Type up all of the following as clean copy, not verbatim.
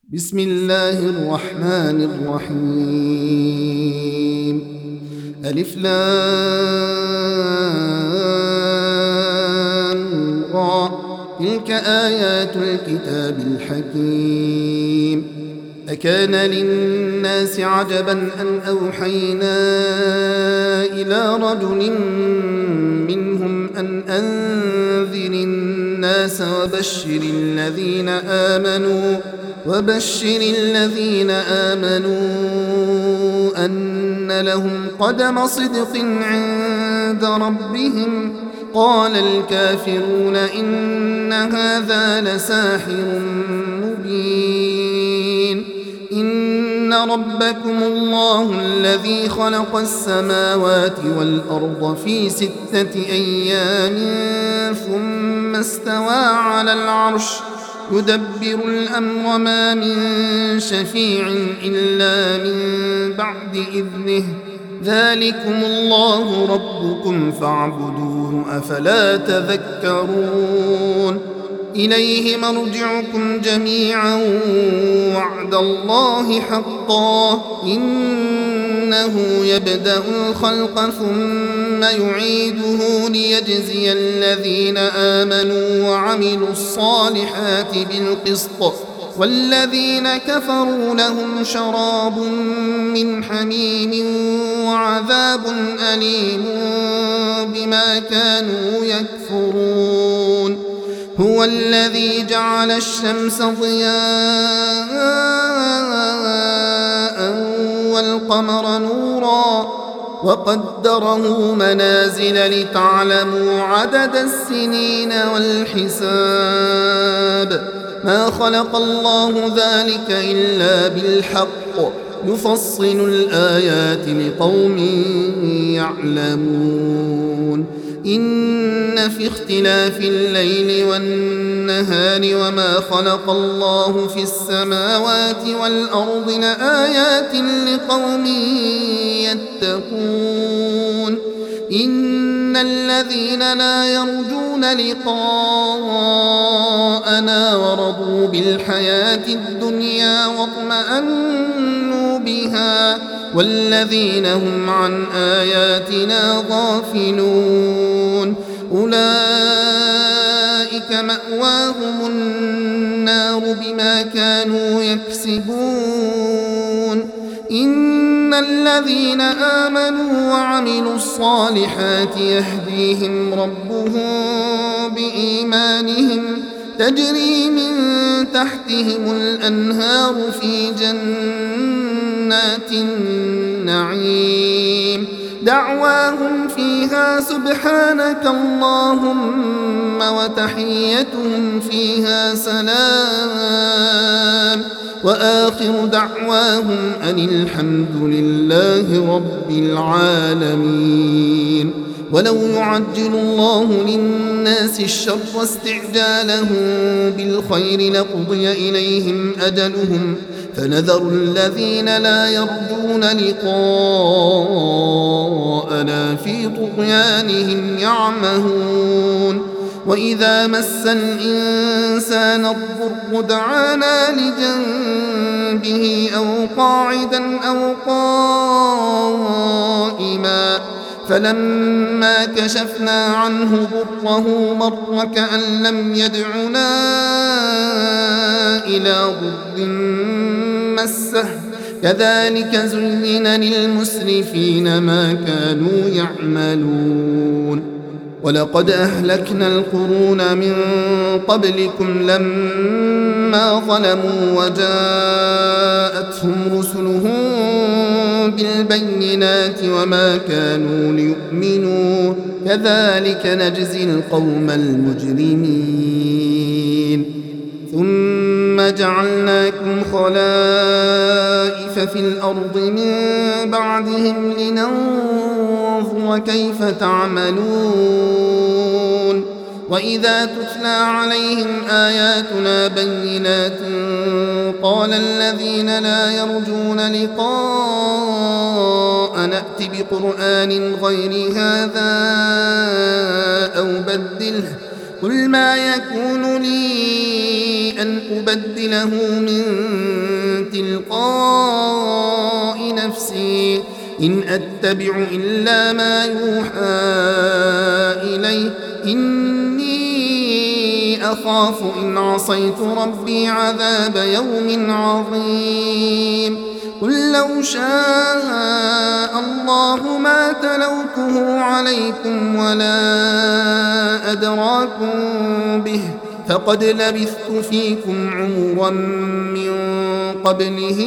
بسم الله الرحمن الرحيم ألف لام را تلك آيات الكتاب الحكيم أكان للناس عجبا أن أوحينا إلى رجل منهم أن أنذر الناس وبشر الذين آمنوا أن لهم قدم صدق عند ربهم قال الكافرون إن هذا لساحر مبين إن ربكم الله الذي خلق السماوات والأرض في 6 أيام ثم استوى على العرش يدبر الأمر ما من شفيع إلا من بعد إذنه ذلكم الله ربكم فاعبدوه أفلا تذكرون إليه مرجعكم جميعا وعد الله حقا إنه يبدأ الخلق ثم يعيده ليجزي الذين آمنوا وعملوا الصالحات بالقسط والذين كفروا لهم شراب من حميم وعذاب أليم بما كانوا يكفرون هو الذي جعل الشمس ضياء والقمر نورا وقدره منازل لتعلموا عدد السنين والحساب ما خلق الله ذلك إلا بالحق يفصل الآيات لقوم يعلمون إن في اختلاف الليل والنهار وما خلق الله في السماوات والأرض لآيات لقوم يتقون إن الذين لا يرجون لقاءنا ورضوا بالحياة الدنيا واطمأنوا بها والذين هم عن آياتنا غافلون أولئك مأواهم النار بما كانوا يكسبون إن الذين آمنوا وعملوا الصالحات يهديهم ربهم بإيمانهم تجري من تحتهم الأنهار في جنات النعيم دعواهم فيها سبحانك اللهم وتحيتهم فيها سلام وآخر دعواهم أن الحمد لله رب العالمين ولو يعجل الله للناس الشر استعجالهم بالخير لقضي إليهم أجلهم فنذر الذين لا يرجون لقاءنا في طغيانهم يعمهون وإذا مس الإنسان الضر دعانا لجنبه أو قاعدا أو قائما فلما كشفنا عنه ضره مر كأن لم يدعنا إلى ضر مسه كذلك زين للمسرفين ما كانوا يعملون ولقد أهلكنا القرون من قبلكم لما ظلموا وجاءتهم رسلهم بالبينات وما كانوا ليؤمنوا كذلك نجزي القوم المجرمين ثم جعلناكم خلائف في الأرض من بعدهم لننظر كيف تعملون وإذا تتلى عليهم آياتنا بينات قال الذين لا يرجون لقاء نأت بقرآن غير هذا أو بدله قل ما يكون لي أن أبدله من تلقاء نفسي إن أتبع إلا ما يوحى إلي إني أخاف إن عصيت ربي عذاب يوم عظيم قل لو شاء الله ما تلوته عليكم ولا أدراكم به فقد لبثت فيكم عمرا من قبله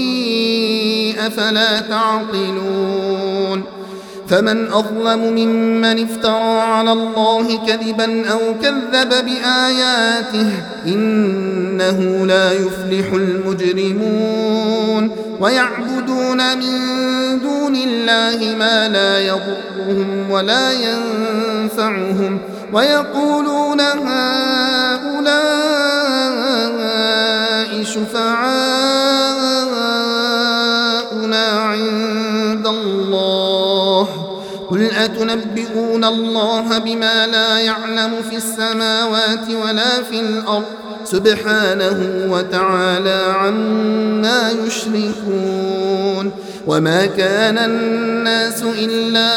أفلا تعقلون فمن أظلم ممن افترى على الله كذبا أو كذب بآياته إنه لا يفلح المجرمون ويعبدون من دون الله ما لا يضرهم ولا ينفعهم ويقولون هؤلاء شفعاؤنا عند الله قل أتنبئون الله بما لا يعلم في السماوات ولا في الأرض سبحانه وتعالى عما يشركون وما كان الناس إلا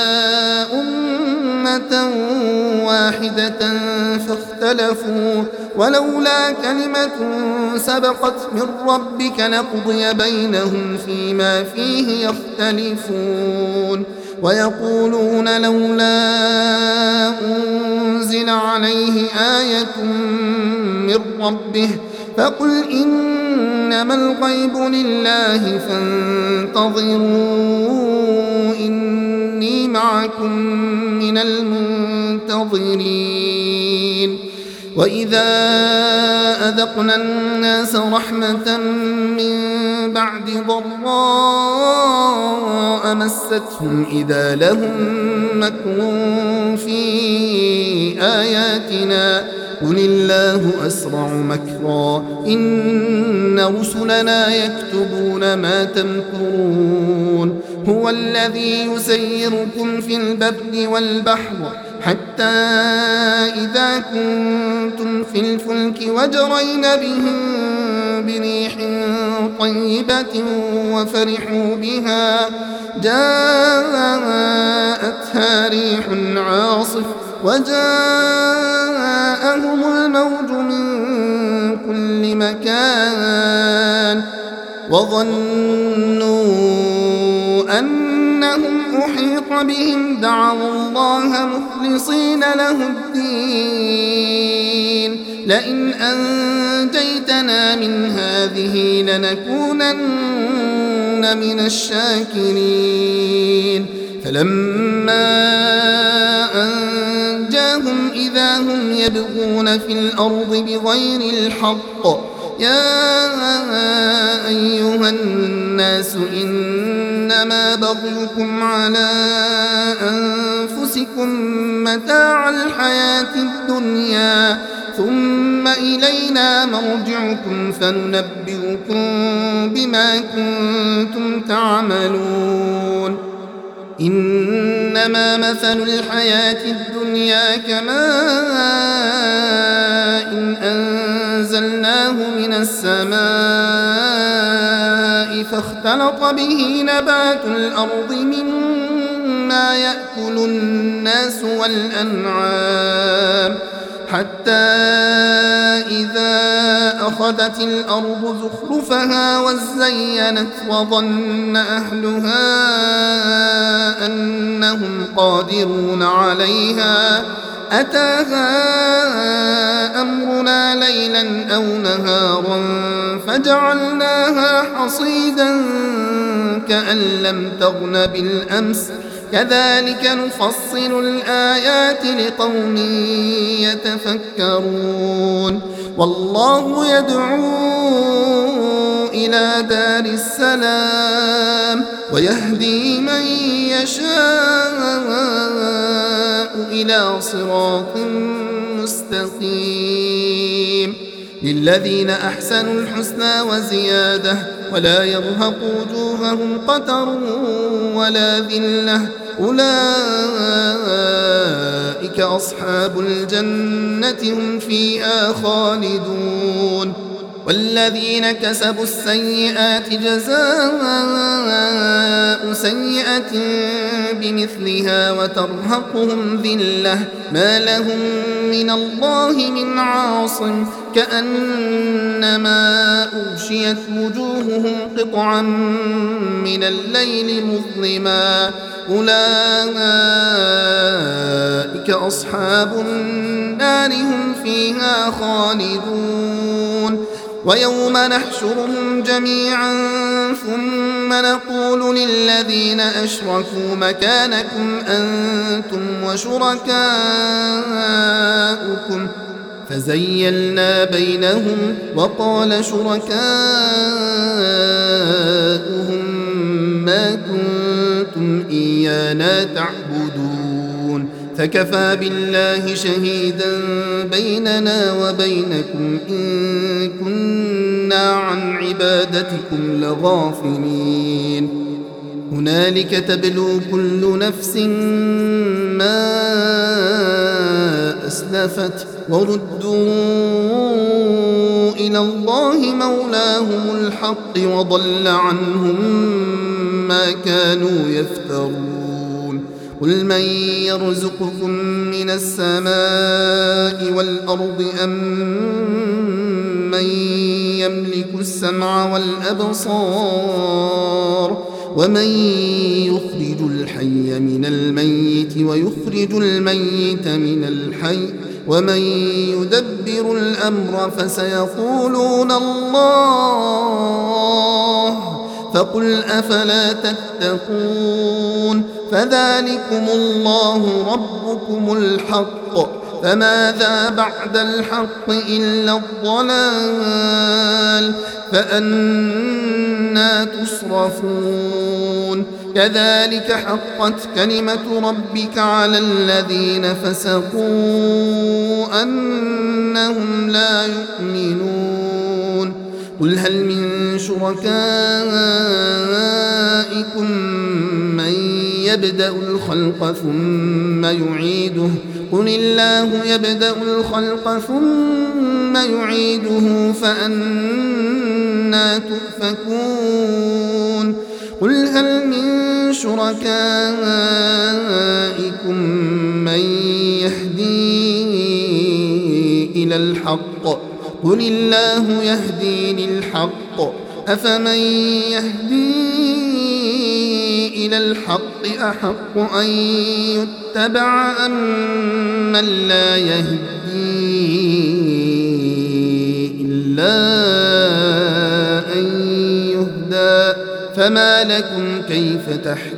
أمة واحدة فاختلفوا ولولا كلمة سبقت من ربك لقضي بينهم فيما فيه يختلفون ويقولون لولا أنزل عليه آية من ربه فقل إنما الغيب لله فانتظروا إني معكم من المنتظرين وإذا أذقنا الناس رحمة من بعد ضراء مستهم إذا لهم مكر في آياتنا قل الله أسرع مكرا إن رسلنا يكتبون ما تمكرون هو الذي يسيركم في البر والبحر حتى إذا كنتم في الفلك وجرين بهم بريح طيبة وفرحوا بها جاءتها ريح عاصف وجاءهم الموج من كل مكان وظنوا أنهم أحيط بهم دعوا الله مخلصين له الدين لئن أنجيتنا من هذه لنكونن من الشاكرين فلما أنجاهم إذا هم يبغون في الأرض بغير الحق يا أيها الناس إنما بغيكم على أنفسكم متاع الحياة الدنيا ثم إلينا مرجعكم فننبئكم بما كنتم تعملون إنما مثل الحياة الدنيا كماء إن أنزلناه من السماء فاختلط به نبات الأرض مما يأكل الناس والأنعام حتى إذا أخذت الأرض زخرفها وزينت وظن أهلها أنهم قادرون عليها أتاها أمرنا ليلا أو نهارا فجعلناها حصيدا كأن لم تغن بالأمس كذلك نفصل الآيات لقوم يتفكرون والله يدعو إلى دار السلام ويهدي من يشاء إلى صراط مستقيم للذين أحسنوا الحسنى وزيادة ولا يرهق وجوههم قتر ولا ذلة أولئك أصحاب الجنة هم فيها خالدون والذين كسبوا السيئات جزاء سيئة بمثلها وترهقهم ذلة ما لهم من الله من عاصم كأنما أغشيت وجوههم قطعا من الليل مظلما أولئك أصحاب النار هم فيها خالدون ويوم نحشرهم جميعا ثم نقول للذين أشركوا مكانكم أنتم وشركاؤكم فزيلنا بينهم وقال شركاؤهم ما كنتم إيانا تعبدون فكفى بالله شهيدا بيننا وبينكم إن كنا عن عبادتكم لغافلين هنالك تبلو كل نفس ما أسلفت وردوا إلى الله مولاهم الحق وضل عنهم ما كانوا يفترون قل من يرزقكم من السماء والأرض أم من يملك السمع والأبصار ومن يخرج الحي من الميت ويخرج الميت من الحي ومن يدبر الأمر فسيقولون الله فقل أفلا تتقون فذلكم الله ربكم الحق فماذا بعد الحق إلا الضلال فأنى تصرفون كذلك حقت كلمة ربك على الذين فسقوا أنهم لا يؤمنون قل هل من شركائكم من يبدأ الخلق ثم يعيده قل الله يبدأ الخلق ثم يعيده فأنى تؤفكون قل هل من شركائكم من يهدي إلى الحق قل الله يهدي للحق أفمن يهدي إلى الحق أحق أن يتبع أم من لا يهدي إلا أن يهدى فما لكم كيف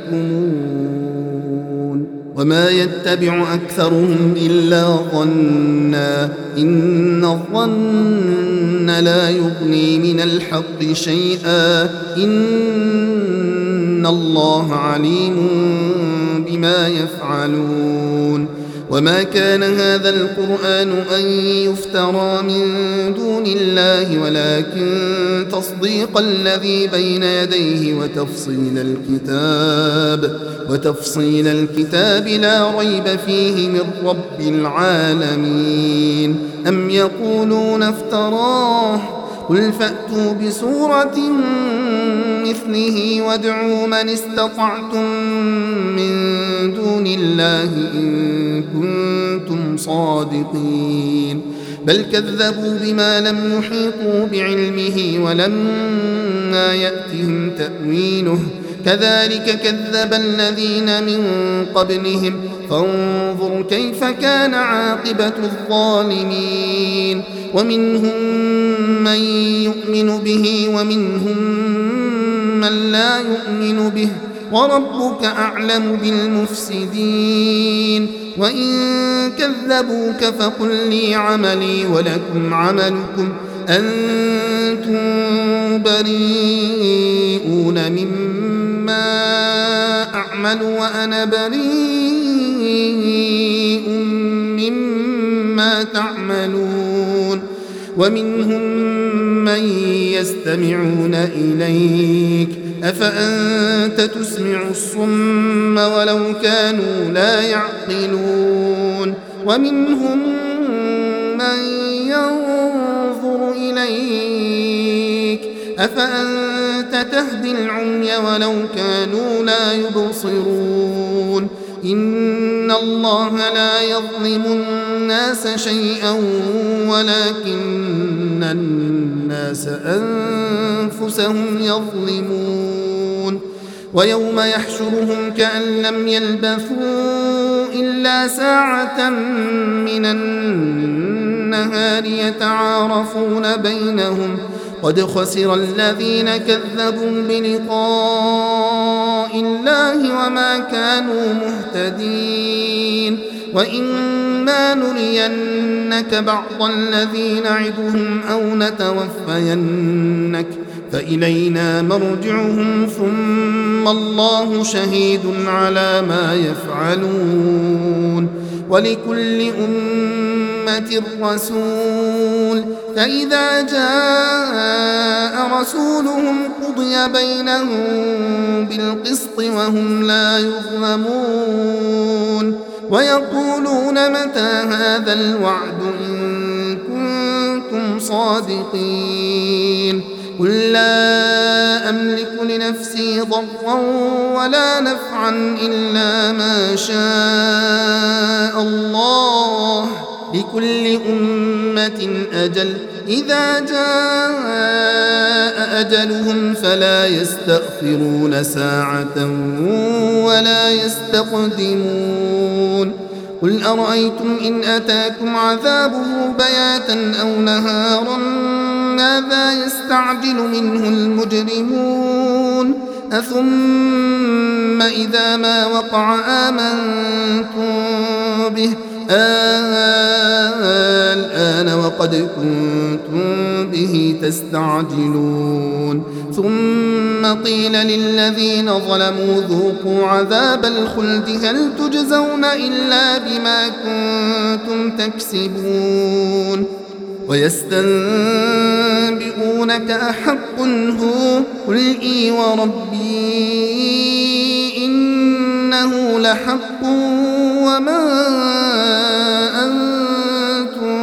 تحكمون وما يتبع أكثرهم إلا ظنا إن الظن لا يغني من الحق شيئا إن الله عليم بما يفعلون وما كان هذا القرآن أن يفترى من دون الله ولكن تصديق الذي بين يديه وتفصيل الكتاب لا ريب فيه من رب العالمين أم يقولون افتراه قل فأتوا بسورة مثله وادعوا من استطعتم من دون الله إن كنتم صادقين بل كذبوا بما لم يحيطوا بعلمه ولما يأتهم تأويله كذلك كذب الذين من قبلهم فانظر كيف كان عاقبة الظالمين ومنهم من يؤمن به ومنهم من لا يؤمن به وربك أعلم بالمفسدين وإن كذبوك فقل لي عملي ولكم عملكم أنتم بريئون مما أعمل وأنا بريء مما تعملون ومنهم من يستمعون إليك أفأنت تسمع الصم ولو كانوا لا يعقلون ومنهم من ينظر إليك أفأنت تهدي العمي ولو كانوا لا يبصرون إن الله لا يظلم الناس شيئا ولكن الناس أنفسهم يظلمون ويوم يحشرهم كأن لم يلبثوا إلا ساعة من النهار يتعارفون بينهم قد خسر الذين كذبوا بلقاء الله وما كانوا مهتدين وإما نرينك بعض الذي نعدهم أو نتوفينك فإلينا مرجعهم ثم الله شهيد على ما يفعلون ولكل أمة رسول فإذا جاء رسولهم قضي بينهم بالقسط وهم لا يظلمون ويقولون متى هذا الوعد إن كنتم صادقين قل لا أملك لنفسي ضرا ولا نفعا إلا ما شاء الله لكل أمة أجل إذا جاء أجلهم فلا يستأخرون ساعة ولا يستقدمون قل أرأيتم إن أتاكم عذابه بياتا أو نهارا ماذا يستعجل منه المجرمون أثم إذا ما وقع آمنتم به الآن وقد كنتم به تستعجلون ثم قيل للذين ظلموا ذوقوا عذاب الخلد هل تجزون إلا بما كنتم تكسبون ويستنبئونك أحق هو قل إي وربي إنه لحق وما أنتم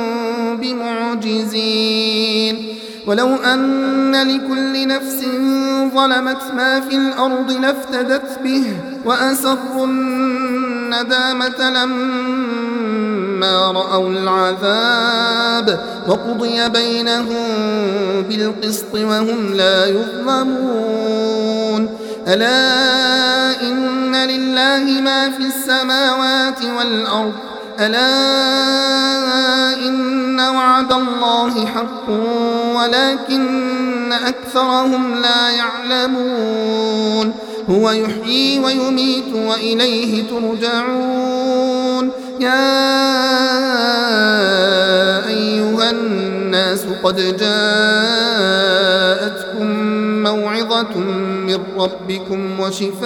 بمعجزين ولو أن لكل نفس ظلمت ما في الأرض لافتدت به وأسروا الندامة لما رأوا العذاب وقضي بينهم بالقسط وهم لا يظلمون ألا إن لله ما في السماوات والأرض ألا إن وعد الله حق ولكن أكثرهم لا يعلمون هو يحيي ويميت وإليه ترجعون يا أيها الناس قد جاءتكم موعظة من ربكم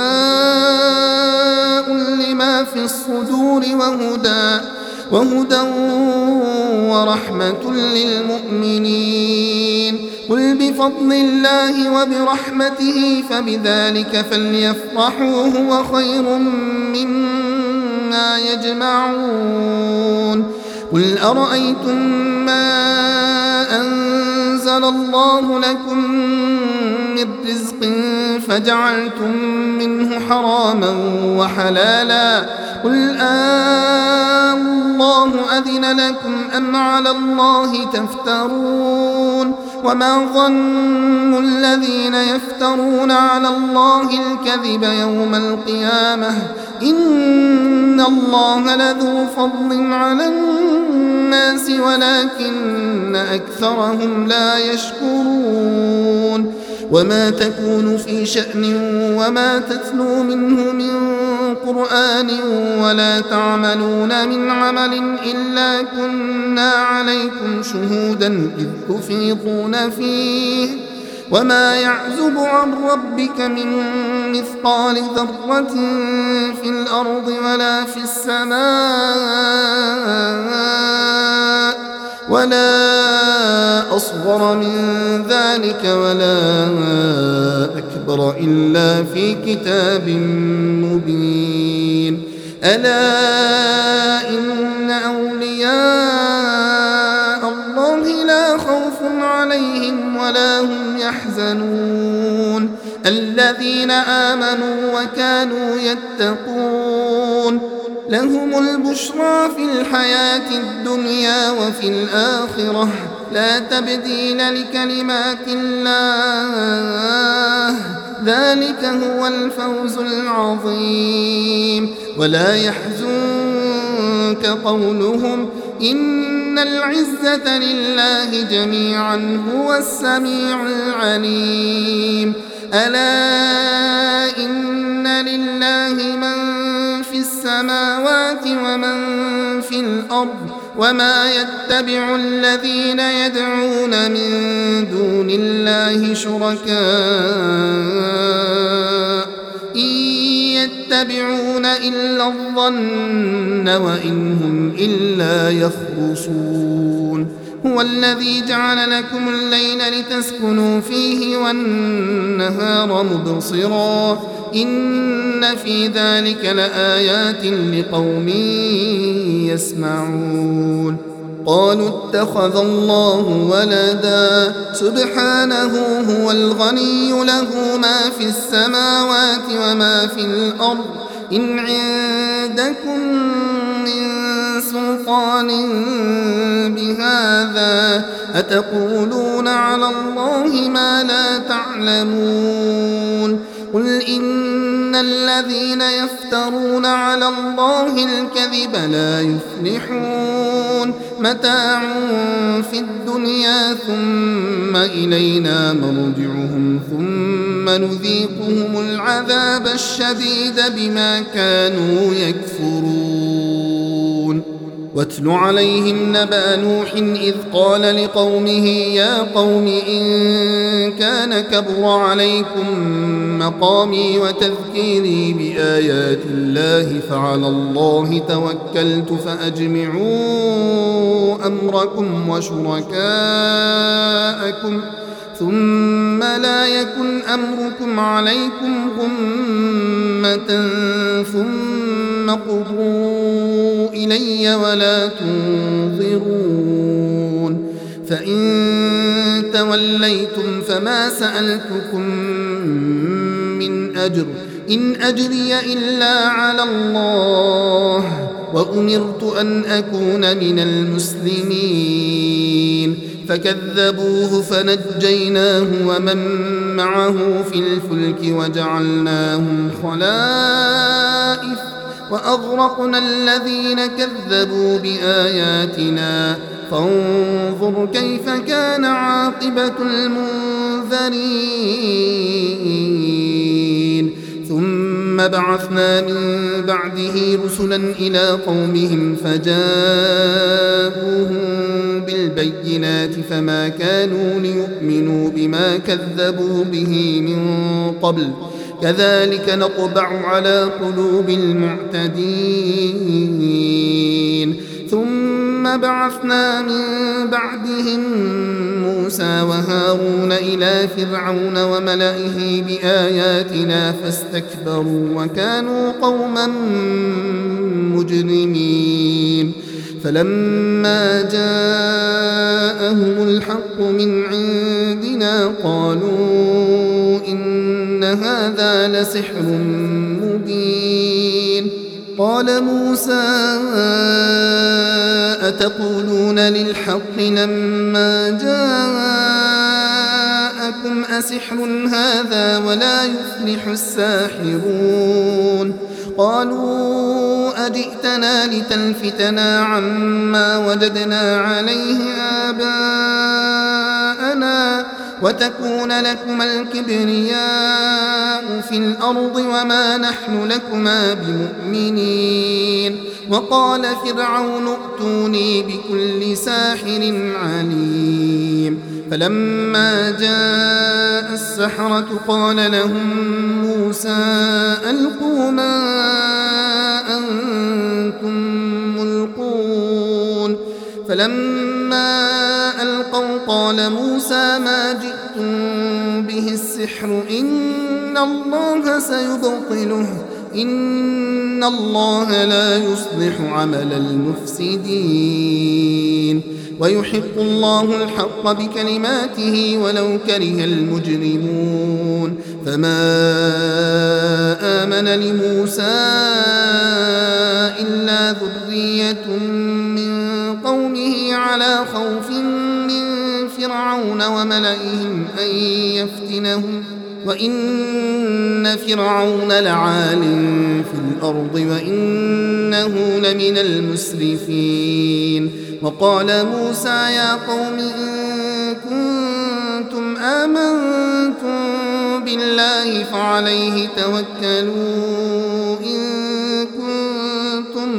وشفاء لما في الصدور وهدى ورحمة للمؤمنين قل بفضل الله وبرحمته فبذلك فليفرحوا هو خير مما يجمعون قل أرأيتم ما أنزل الله لكم من رزق فجعلتم منه حراما وحلالا قل الله أذن لكم أم على الله تفترون وما ظن الذين يفترون على الله الكذب يوم القيامة إن الله لذو فضل على الناس ولكن أكثرهم لا يشكرون وما تكون في شأن وما تتلو منه من قرآن ولا تعملون من عمل إلا كنا عليكم شهودا إذ تفيضون فيه وما يعزب عن ربك من مثقال ذرة في الأرض ولا في السماء ولا أصغر من ذلك ولا أكبر إلا في كتاب مبين. ألا إن أولياء الله لا خوف عليهم ولا هم يحزنون الذين آمنوا وكانوا يتقون لهم البشرى في الحياة الدنيا وفي الآخرة لا تبديل لكلمات الله ذلك هو الفوز العظيم. ولا يحزنك قولهم إن العزة لله جميعا هو السميع العليم. ألا إن لله من في السماوات ومن في الأرض وما يتبع الذين يدعون من دون الله شركاء إن يتبعون إلا الظن وإن هم إلا يخرصون. هو الذي جعل لكم الليل لتسكنوا فيه والنهار مبصرا إن في ذلك لآيات لقوم يسمعون. قالوا اتخذ الله ولدا سبحانه هو الغني له ما في السماوات وما في الأرض إن عندكم من سلطان بهذا أتقولون على الله ما لا تعلمون. قل إن الذين يفترون على الله الكذب لا يفلحون متاع في الدنيا ثم إلينا مرجعهم ثم نذيقهم العذاب الشديد بما كانوا يكفرون. واتل عليهم نبأ نوح إذ قال لقومه يا قوم إن كان كبر عليكم مقامي وتذكيري بآيات الله فعلى الله توكلت فأجمعوا أمركم وشركاءكم ثم لا يكن أمركم عليكم غمة ثم قضوا إلي ولا تنظرون. فإن توليتم فما سألتكم من أجر إن أجري إلا على الله وأمرت أن أكون من المسلمين. فكذبوه فنجيناه ومن معه في الفلك وجعلناهم خلائف وأغرقنا الذين كذبوا بآياتنا فانظر كيف كان عاقبة المنذرين. ثم بعثنا من بعده رسلا إلى قومهم فجاءوهم بالبينات فما كانوا ليؤمنوا بما كذبوا به من قبل كذلك نطبع على قلوب المعتدين. ثم بعثنا من بعدهم موسى وهارون إلى فرعون وملئه بآياتنا فاستكبروا وكانوا قوما مجرمين. فلما جاءهم الحق من عندنا قالوا إن هذا لسحر مبين. قال موسى أتقولون للحق لما جاءكم أسحر هذا ولا يفلح الساحرون. قالوا أجئتنا لتلفتنا عما وجدنا عليه آباءنا وتكون لكما الكبرياء في الأرض وما نحن لكما بمؤمنين. وقال فرعون ائتوني بكل ساحر عليم. فلما جاء السحرة قال لهم موسى ألقوا ما أنتم ملقون. فلما ألقوا قال موسى ما جئتم به السحر إن الله سيبطله إن الله لا يصلح عمل المفسدين ويحق الله الحق بكلماته ولو كره المجرمون فما آمن لموسى إلا ذرية من قومه على خوف من فرعون وملئهم أن يفتنهم وإن فرعون لعال في الأرض وإنه لمن المسرفين وقال موسى يا قوم إن كنتم آمنتم بالله فعليه توكلوا إن كنتم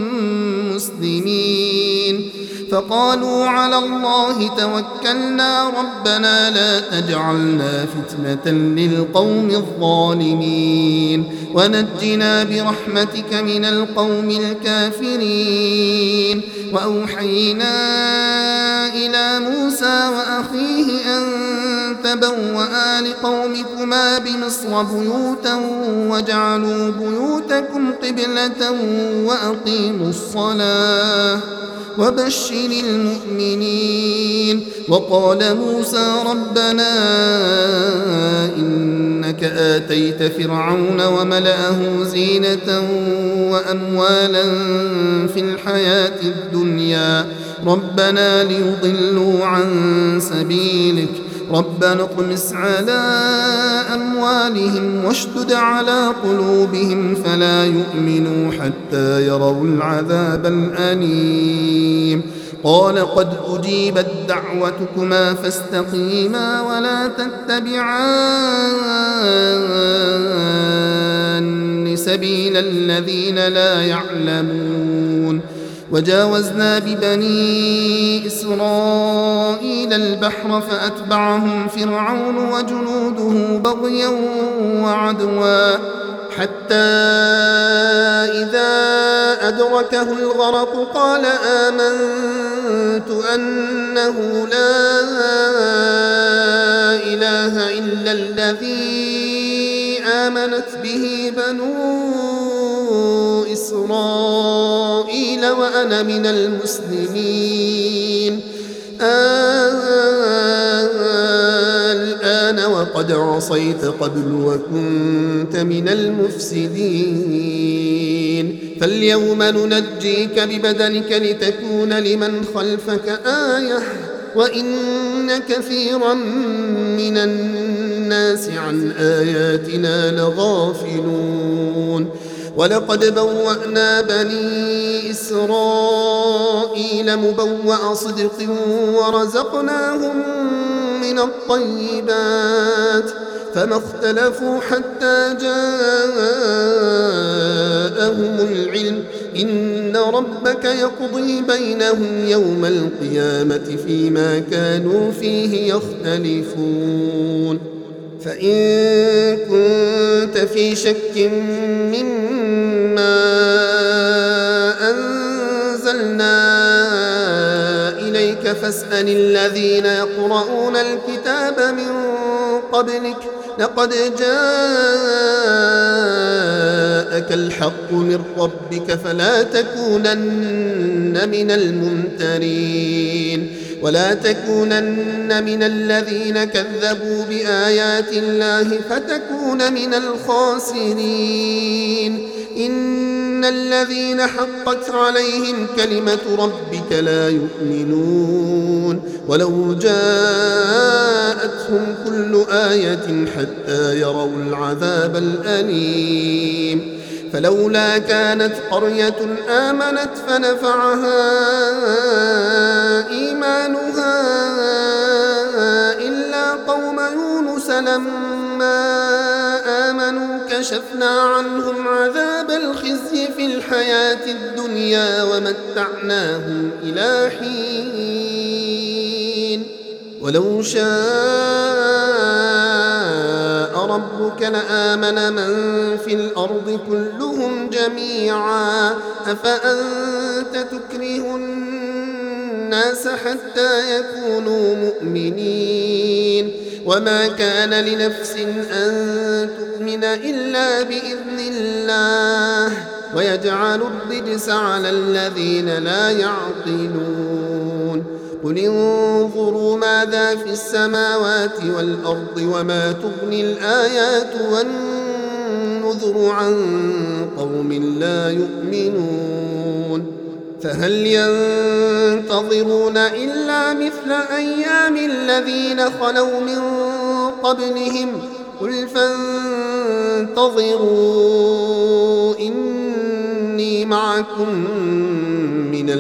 مسلمين فقالوا على الله توكلنا ربنا لا تجعلنا فتنة للقوم الظالمين ونجنا برحمتك من القوم الكافرين وأوحينا إلى موسى وأخيه أن تبوأ لقومكما بمصر بيوتا واجعلوا بيوتكم قبلة وأقيموا الصلاة وبشر المؤمنين وقال موسى ربنا إنك آتيت فرعون وملأه زينة وأموالا في الحياة الدنيا ربنا ليضلوا عن سبيلك ربنا اطمس على أموالهم واشدد على قلوبهم فلا يؤمنوا حتى يروا العذاب الأليم قال قد أجيبت دعوتكما فاستقيما ولا تتبعان سبيل الذين لا يعلمون وجاوزنا ببني إسرائيل البحر فأتبعهم فرعون وجنوده بغيا وعدوا حتى إذا أدركه الغرق قال آمنت أنه لا إله إلا الذي آمنت به بنو إسرائيل وأنا من المسلمين الآن وقد عصيت قبل وكنت من المفسدين فاليوم ننجيك ببدنك لتكون لمن خلفك آية وإن كثيرا من الناس عن آياتنا لغافلون ولقد بوأنا بني إسرائيل مبوأ صدق ورزقناهم من الطيبات فما اختلفوا حتى جاءهم العلم إن ربك يقضي بينهم يوم القيامة فيما كانوا فيه يختلفون فإن كنت في شك مما أنزلنا إليك فاسأل الذين يقرؤون الكتاب من قبلك لقد جاءك الحق من ربك فلا تكونن من الممترين ولا تكونن من الذين كذبوا بآيات الله فتكون من الخاسرين إن الذين حقت عليهم كلمة ربك لا يؤمنون ولو جاءتهم كل آية حتى يروا العذاب الأليم فلولا كانت قرية آمنت فنفعها إيمانها إلا قوم يونس لما آمنوا كشفنا عنهم عذاب الخزي في الحياة الدنيا ومتعناهم إلى حين ولو شاء ربك لآمن من في الأرض كلهم جميعا أفأنت تكره الناس حتى يكونوا مؤمنين وما كان لنفس أن تؤمن إلا بإذن الله ويجعل الرجس على الذين لا يعقلون قل انظروا ماذا في السماوات والأرض وما تغني الآيات والنذر عن قوم لا يؤمنون فهل ينتظرون إلا مثل أيام الذين خلوا من قبلهم قل فانتظروا إني معكم من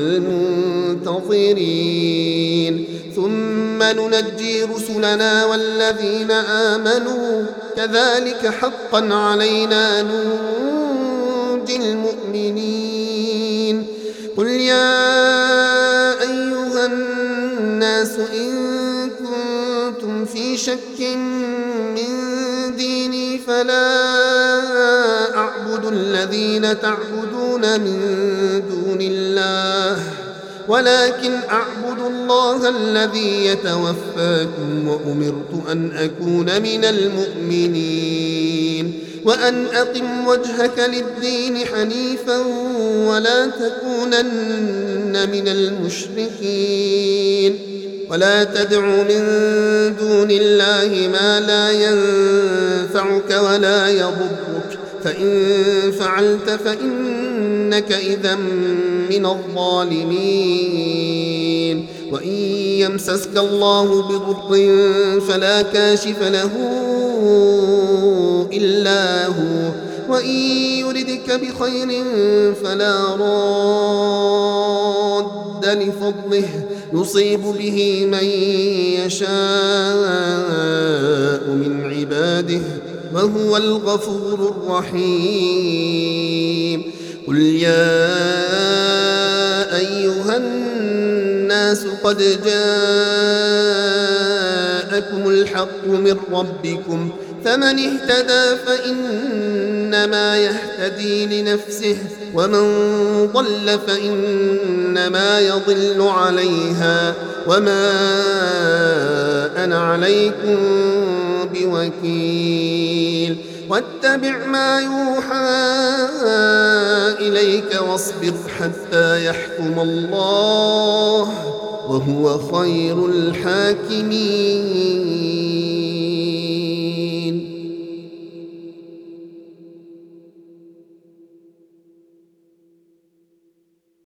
المنتظرين ثم ننجي رسلنا والذين آمنوا كذلك حقا علينا ننجي المؤمنين قل يا أيها الناس إن كنتم في شك من ديني فلا أعبد الذين تعبدون من دون الله ولكن أعبد الله الذي يتوفاكم وأمرت أن أكون من المؤمنين وأن أقم وجهك للدين حنيفا ولا تكونن من المشركين ولا تدع من دون الله ما لا ينفعك ولا يضرك فإن فعلت فإنك إذا من الظالمين وإن يمسسك الله بضر فلا كاشف له إلا هو وإن يردك بخير فلا راد لفضله يصيب به من يشاء من عباده وهو الغفور الرحيم قل يا أيها الناس قد جاءكم الحق من ربكم فمن اهتدى فإنما يهتدي لنفسه ومن ضل فإنما يضل عليها وما أنا عليكم بوكيل واتبع ما يوحى إليك واصبر حتى يحكم الله وهو خير الحاكمين